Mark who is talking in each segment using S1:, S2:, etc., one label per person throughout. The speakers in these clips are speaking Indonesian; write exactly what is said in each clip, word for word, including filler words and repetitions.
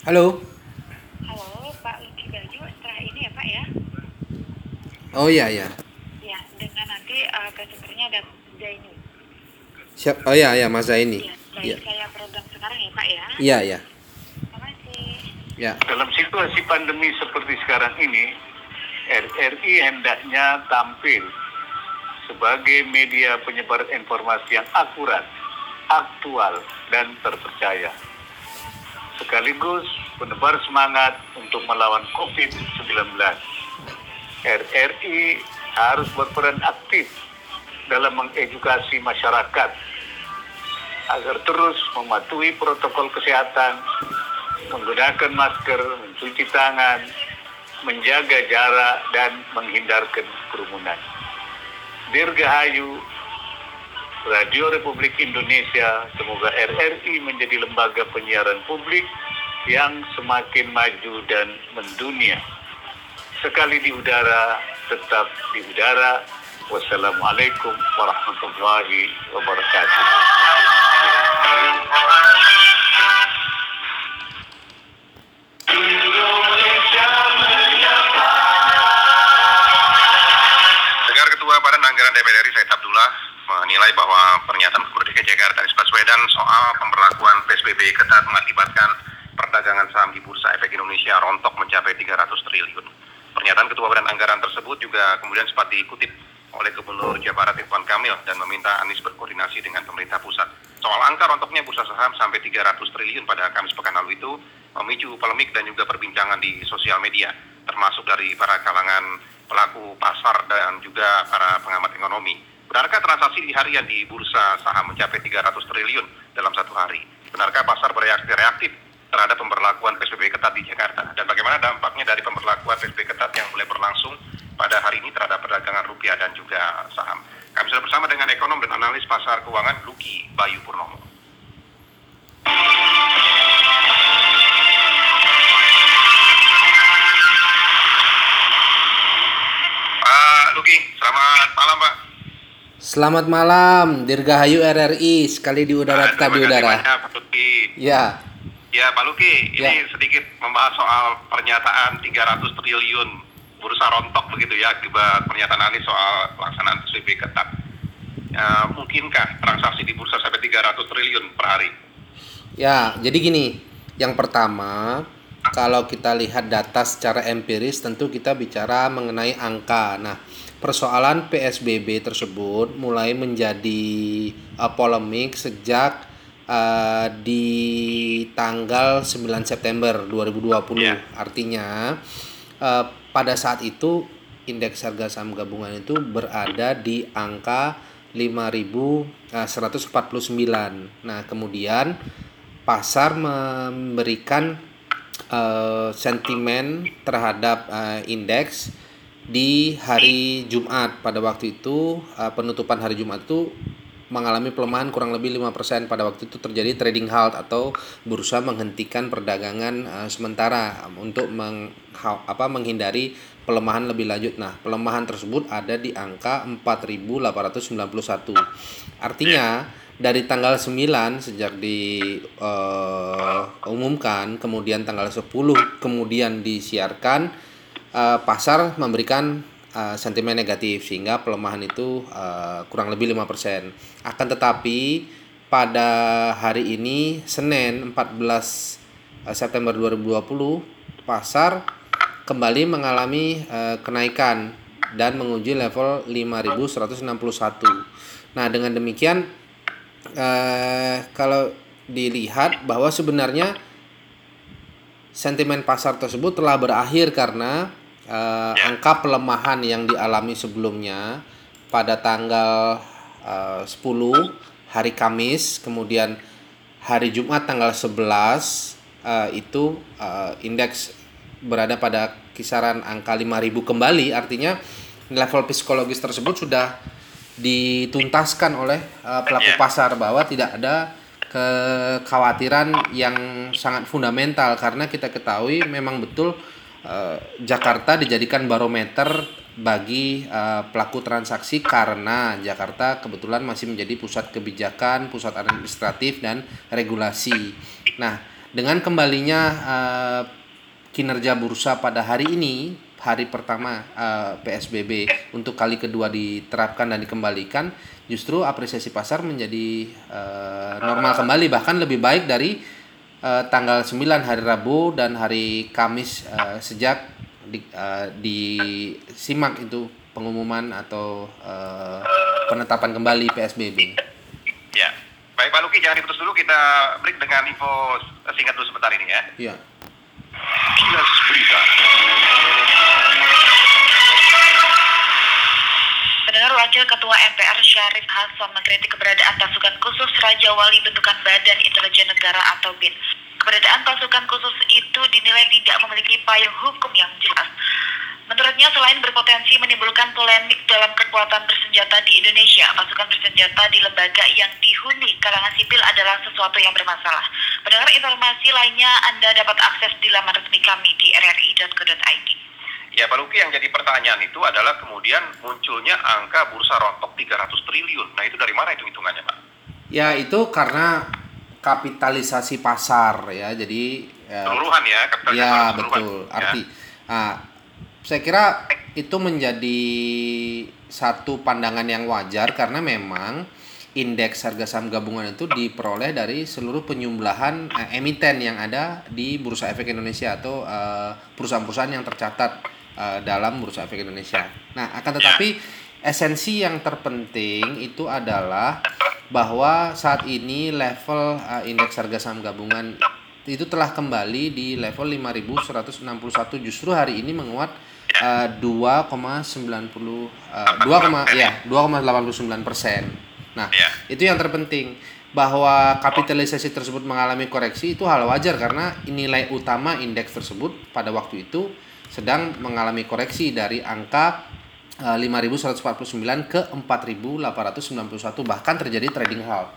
S1: Halo.
S2: Halo, Pak Luki Baju setelah ini ya Pak ya.
S1: Oh iya iya.
S2: Ya, dengan nanti uh, presentasinya ada Zaini.
S1: Siap. Oh iya iya Mas Zaini.
S2: Ya, baik
S1: Iya.
S2: saya program sekarang ya Pak ya.
S1: Iya iya.
S2: Terima kasih.
S1: Ya.
S3: Dalam situasi pandemi seperti sekarang ini, R R I hendaknya tampil sebagai media penyebar informasi yang akurat, aktual, dan terpercaya. Sekaligus penebar semangat untuk melawan covid sembilan belas. R R I harus berperan aktif dalam mengedukasi masyarakat agar terus mematuhi protokol kesehatan, menggunakan masker, mencuci tangan, menjaga jarak, dan menghindarkan kerumunan. Dirgahayu Radio Republik Indonesia, semoga R R I menjadi lembaga penyiaran publik yang semakin maju dan mendunia. Sekali di udara, tetap di udara. Wassalamualaikum warahmatullahi wabarakatuh.
S4: Dengar Ketua Badan Anggaran D P R R I Said Abdullah menilai bahwa pernyataan Gubernur D K I Jakarta Anies Baswedan soal pemberlakuan P S B B ketat mengakibatkan perdagangan saham di Bursa Efek Indonesia rontok mencapai tiga ratus triliun. Pernyataan Ketua Badan Anggaran tersebut juga kemudian sempat diikutip oleh Gubernur Jawa Barat Ridwan Kamil dan meminta Anies berkoordinasi dengan pemerintah pusat. Soal angka rontoknya bursa saham sampai tiga ratus triliun pada Kamis pekan lalu itu memicu polemik dan juga perbincangan di sosial media, termasuk dari para kalangan pelaku pasar dan juga para pengamat ekonomi. Benarkah transaksi di harian di bursa saham mencapai tiga ratus triliun dalam satu hari? Benarkah pasar bereaksi reaktif terhadap pemberlakuan P S B B ketat di Jakarta? Dan bagaimana dampaknya dari pemberlakuan P S B B ketat yang mulai berlangsung pada hari ini terhadap perdagangan rupiah dan juga saham? Kami sudah bersama dengan ekonom dan analis pasar keuangan Luki Bayu Purnomo. Pak Luki, selamat malam Pak.
S1: Selamat malam Dirgahayu R R I, sekali di udara
S4: Ah,
S1: tetap di
S4: terima kasih
S1: udara.
S4: banyak Pak Luki.
S1: Ya.
S4: Ya Pak Luki, ini
S1: Ya.
S4: sedikit membahas soal pernyataan tiga ratus triliun bursa rontok begitu ya akibat pernyataan Anies soal pelaksanaan P S B B ketat. Ya, mungkinkah transaksi di bursa sampai tiga ratus triliun per hari?
S1: Ya, jadi gini. Yang pertama, kalau kita lihat data secara empiris tentu kita bicara mengenai angka. Nah, persoalan P S B B tersebut mulai menjadi uh, polemik sejak uh, di tanggal sembilan September dua ribu dua puluh.
S4: Ya.
S1: Artinya uh, pada saat itu indeks harga saham gabungan itu berada di angka lima ribu seratus empat puluh sembilan. Nah, kemudian pasar memberikan uh, sentimen terhadap uh, indeks di hari Jumat. Pada waktu itu uh, penutupan hari Jumat itu mengalami pelemahan kurang lebih lima persen. Pada waktu itu terjadi trading halt atau bursa menghentikan perdagangan uh, sementara untuk meng, ha, apa, menghindari pelemahan lebih lanjut. Nah, pelemahan tersebut ada di angka empat ribu delapan ratus sembilan puluh satu. Artinya dari tanggal sembilan sejak diumumkan, uh, kemudian tanggal sepuluh kemudian disiarkan, uh, pasar memberikan uh, sentimen negatif sehingga pelemahan itu uh, kurang lebih lima persen. Akan tetapi pada hari ini Senin empat belas September dua ribu dua puluh pasar kembali mengalami uh, kenaikan dan menguji level lima ribu seratus enam puluh satu. Nah, dengan demikian Uh, kalau dilihat bahwa sebenarnya sentimen pasar tersebut telah berakhir karena uh, angka pelemahan yang dialami sebelumnya pada tanggal uh, sepuluh hari Kamis, kemudian hari Jumat tanggal sebelas uh, itu uh, indeks berada pada kisaran angka lima ribu kembali. Artinya level psikologis tersebut sudah dituntaskan oleh uh, pelaku pasar bahwa tidak ada kekhawatiran yang sangat fundamental, karena kita ketahui memang betul uh, Jakarta dijadikan barometer bagi uh, pelaku transaksi karena Jakarta kebetulan masih menjadi pusat kebijakan, pusat administratif dan regulasi. Nah, dengan kembalinya uh, kinerja bursa pada hari ini, hari pertama uh, P S B B untuk kali kedua diterapkan dan dikembalikan, justru apresiasi pasar menjadi uh, normal kembali, bahkan lebih baik dari uh, tanggal sembilan hari Rabu dan hari Kamis uh, sejak di, uh, disimak itu pengumuman atau uh, penetapan kembali P S B B.
S4: Ya, baik Pak Luki, jangan diputus dulu, kita break dengan info singkat dulu sebentar ini ya.
S1: Iya.
S4: Kilas Berita.
S2: Pendengar, Wakil Ketua M P R Syarif Hasan mengkritik keberadaan pasukan khusus Raja Wali bentukan Badan Intelijen Negara atau B I N. Keberadaan pasukan khusus itu dinilai tidak memiliki payung hukum yang jelas. Menurutnya, selain berpotensi menimbulkan polemik dalam kekuatan bersenjata di Indonesia, pasukan bersenjata di lembaga yang dihuni kalangan sipil adalah sesuatu yang bermasalah. Pendengar, informasi lainnya Anda dapat akses di laman resmi kami di r r i dot co dot i d.
S4: Ya Pak Luki, yang jadi pertanyaan itu adalah kemudian munculnya angka bursa rontok tiga ratus triliun. Nah itu dari mana itu hitungannya Pak?
S1: Ya itu karena kapitalisasi pasar ya, jadi
S4: keseluruhan ya, kapitalisasi
S1: ya
S4: keseluruhan.
S1: Betul, arti
S4: Ya.
S1: Nah, saya kira itu menjadi satu pandangan yang wajar karena memang indeks harga saham gabungan itu diperoleh dari seluruh penyumblahan eh, emiten yang ada di Bursa Efek Indonesia atau eh, perusahaan-perusahaan yang tercatat eh, dalam Bursa Efek Indonesia. Nah, akan tetapi esensi yang terpenting itu adalah bahwa saat ini level uh, indeks harga saham gabungan itu telah kembali di level lima ribu seratus enam puluh satu, justru hari ini menguat uh, dua koma sembilan nol uh, dua, ya dua koma delapan sembilan persen. Nah, itu yang terpenting, bahwa kapitalisasi tersebut mengalami koreksi itu hal wajar karena nilai utama indeks tersebut pada waktu itu sedang mengalami koreksi dari angka lima ribu seratus empat puluh sembilan ke empat ribu delapan ratus sembilan puluh satu, bahkan terjadi trading halt.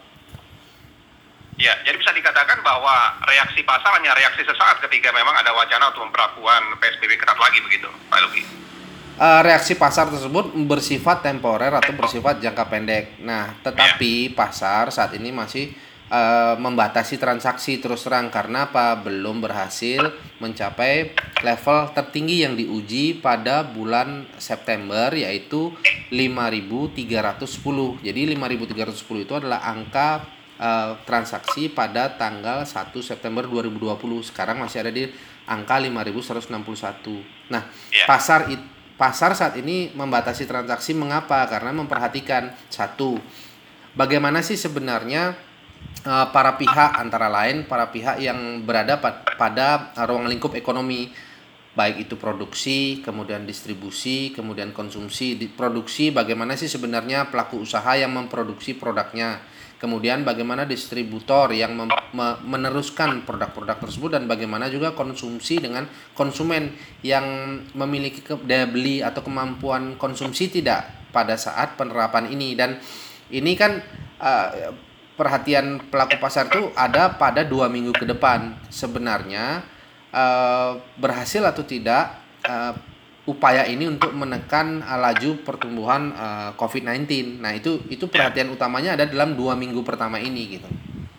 S4: Ya, jadi bisa dikatakan bahwa reaksi pasar hanya reaksi sesaat ketika memang ada wacana untuk pemberlakuan P S B B ketat lagi begitu, Pak Luki?
S1: Uh, reaksi pasar tersebut bersifat temporer atau bersifat jangka pendek. Nah, tetapi pasar saat ini masih uh, membatasi transaksi terus terang karena apa? Belum berhasil mencapai level tertinggi yang diuji pada bulan September, yaitu lima ribu tiga ratus sepuluh. Jadi lima ribu tiga ratus sepuluh itu adalah angka uh, transaksi pada tanggal satu September dua ribu dua puluh. Sekarang masih ada di angka lima ribu seratus enam puluh satu. Nah, pasar itu Pasar saat ini membatasi transaksi. Mengapa? Karena memperhatikan satu, bagaimana sih sebenarnya uh, para pihak, antara lain para pihak yang berada pad- pada ruang lingkup ekonomi, baik itu produksi, kemudian distribusi, kemudian konsumsi. Di produksi, bagaimana sih sebenarnya pelaku usaha yang memproduksi produknya, kemudian bagaimana distributor yang mem- me- meneruskan produk-produk tersebut, dan bagaimana juga konsumsi dengan konsumen yang memiliki ke- daya beli atau kemampuan konsumsi tidak pada saat penerapan ini. Dan ini kan uh, perhatian pelaku pasar itu ada pada dua minggu ke depan. Sebenarnya uh, berhasil atau tidak uh, upaya ini untuk menekan uh, laju pertumbuhan uh, covid sembilan belas. Nah, itu itu perhatian utamanya ada dalam dua minggu pertama ini gitu.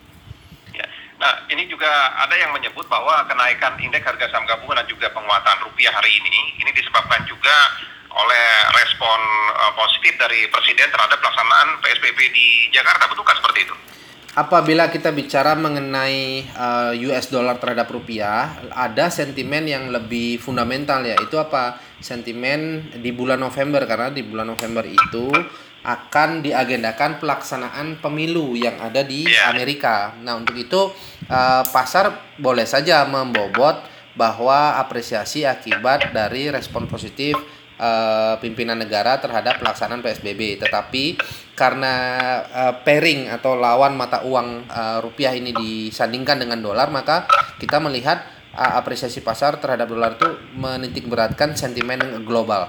S4: Ya. Nah, ini juga ada yang menyebut bahwa kenaikan indeks harga saham gabungan dan juga penguatan rupiah hari ini ini disebabkan juga oleh respon uh, positif dari Presiden terhadap pelaksanaan P S B B di Jakarta. Betulkah seperti itu?
S1: Apabila kita bicara mengenai uh, U S dollar terhadap rupiah, ada sentimen yang lebih fundamental, yaitu apa? Sentimen di bulan November, karena di bulan November itu akan diagendakan pelaksanaan pemilu yang ada di Amerika. Nah, untuk itu uh, pasar boleh saja membobot bahwa apresiasi akibat dari respon positif Uh, pimpinan negara terhadap pelaksanaan P S B B, tetapi karena uh, pairing atau lawan mata uang uh, rupiah ini disandingkan dengan dolar, maka kita melihat uh, apresiasi pasar terhadap dolar itu menitik beratkan sentimen global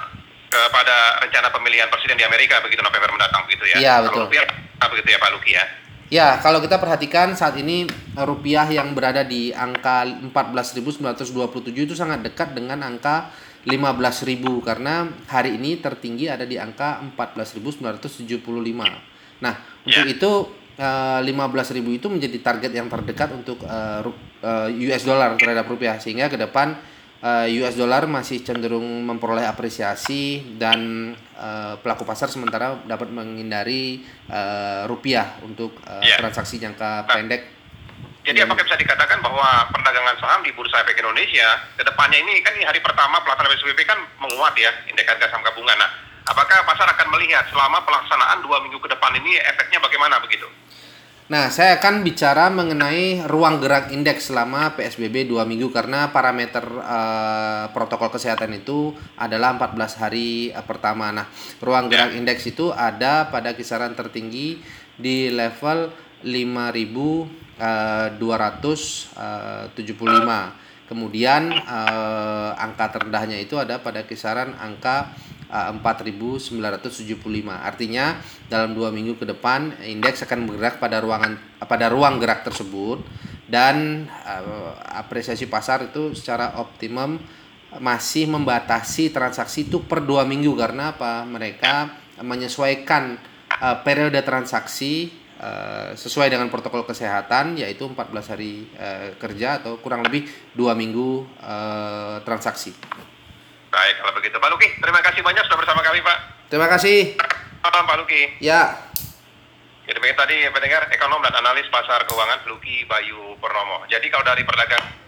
S4: kepada rencana pemilihan presiden di Amerika begitu November mendatang begitu ya.
S1: Iya, betul.
S4: Rupiah begitu ya Pak Luki ya.
S1: Ya, kalau kita perhatikan saat ini rupiah yang berada di angka empat belas ribu sembilan ratus dua puluh tujuh itu sangat dekat dengan angka lima belas ribu, karena hari ini tertinggi ada di angka empat belas ribu sembilan ratus tujuh puluh lima. Nah, untuk yeah. itu uh, lima belas ribu itu menjadi target yang terdekat untuk uh, uh, U S dollar terhadap rupiah, sehingga ke depan uh, U S dollar masih cenderung memperoleh apresiasi dan uh, pelaku pasar sementara dapat menghindari uh, rupiah untuk uh,
S4: yeah.
S1: transaksi jangka
S4: nah,
S1: pendek.
S4: Jadi apakah bisa dikatakan bahwa perdagangan saham di Bursa Efek Indonesia ke depannya ini kan di hari pertama pelaksanaan P S B B kan menguat ya indeks harga saham gabungan. Nah, apakah pasar akan melihat selama pelaksanaan dua minggu ke depan ini efeknya bagaimana begitu?
S1: Nah, saya akan bicara mengenai ruang gerak indeks selama P S B B dua minggu karena parameter uh, protokol kesehatan itu adalah empat belas hari uh, pertama. Nah, ruang gerak ya. indeks itu ada pada kisaran tertinggi di level lima ribu dua ratus tujuh puluh lima. Kemudian uh, angka terendahnya itu ada pada kisaran angka uh, empat ribu sembilan ratus tujuh puluh lima. Artinya dalam dua minggu ke depan indeks akan bergerak pada ruangan pada ruang gerak tersebut, dan uh, apresiasi pasar itu secara optimum masih membatasi transaksi itu per dua minggu karena apa? Mereka menyesuaikan uh, periode transaksi Uh, sesuai dengan protokol kesehatan, yaitu empat belas hari uh, kerja atau kurang lebih dua minggu uh, transaksi.
S4: Baik, kalau begitu Pak Luki, terima kasih banyak sudah bersama kami Pak.
S1: Terima kasih.
S4: Malam Pak Luki.
S1: Ya.
S4: Jadi tadi pendengar ekonom dan analis pasar keuangan Luki Bayu Purnomo. Jadi kalau dari perdagangan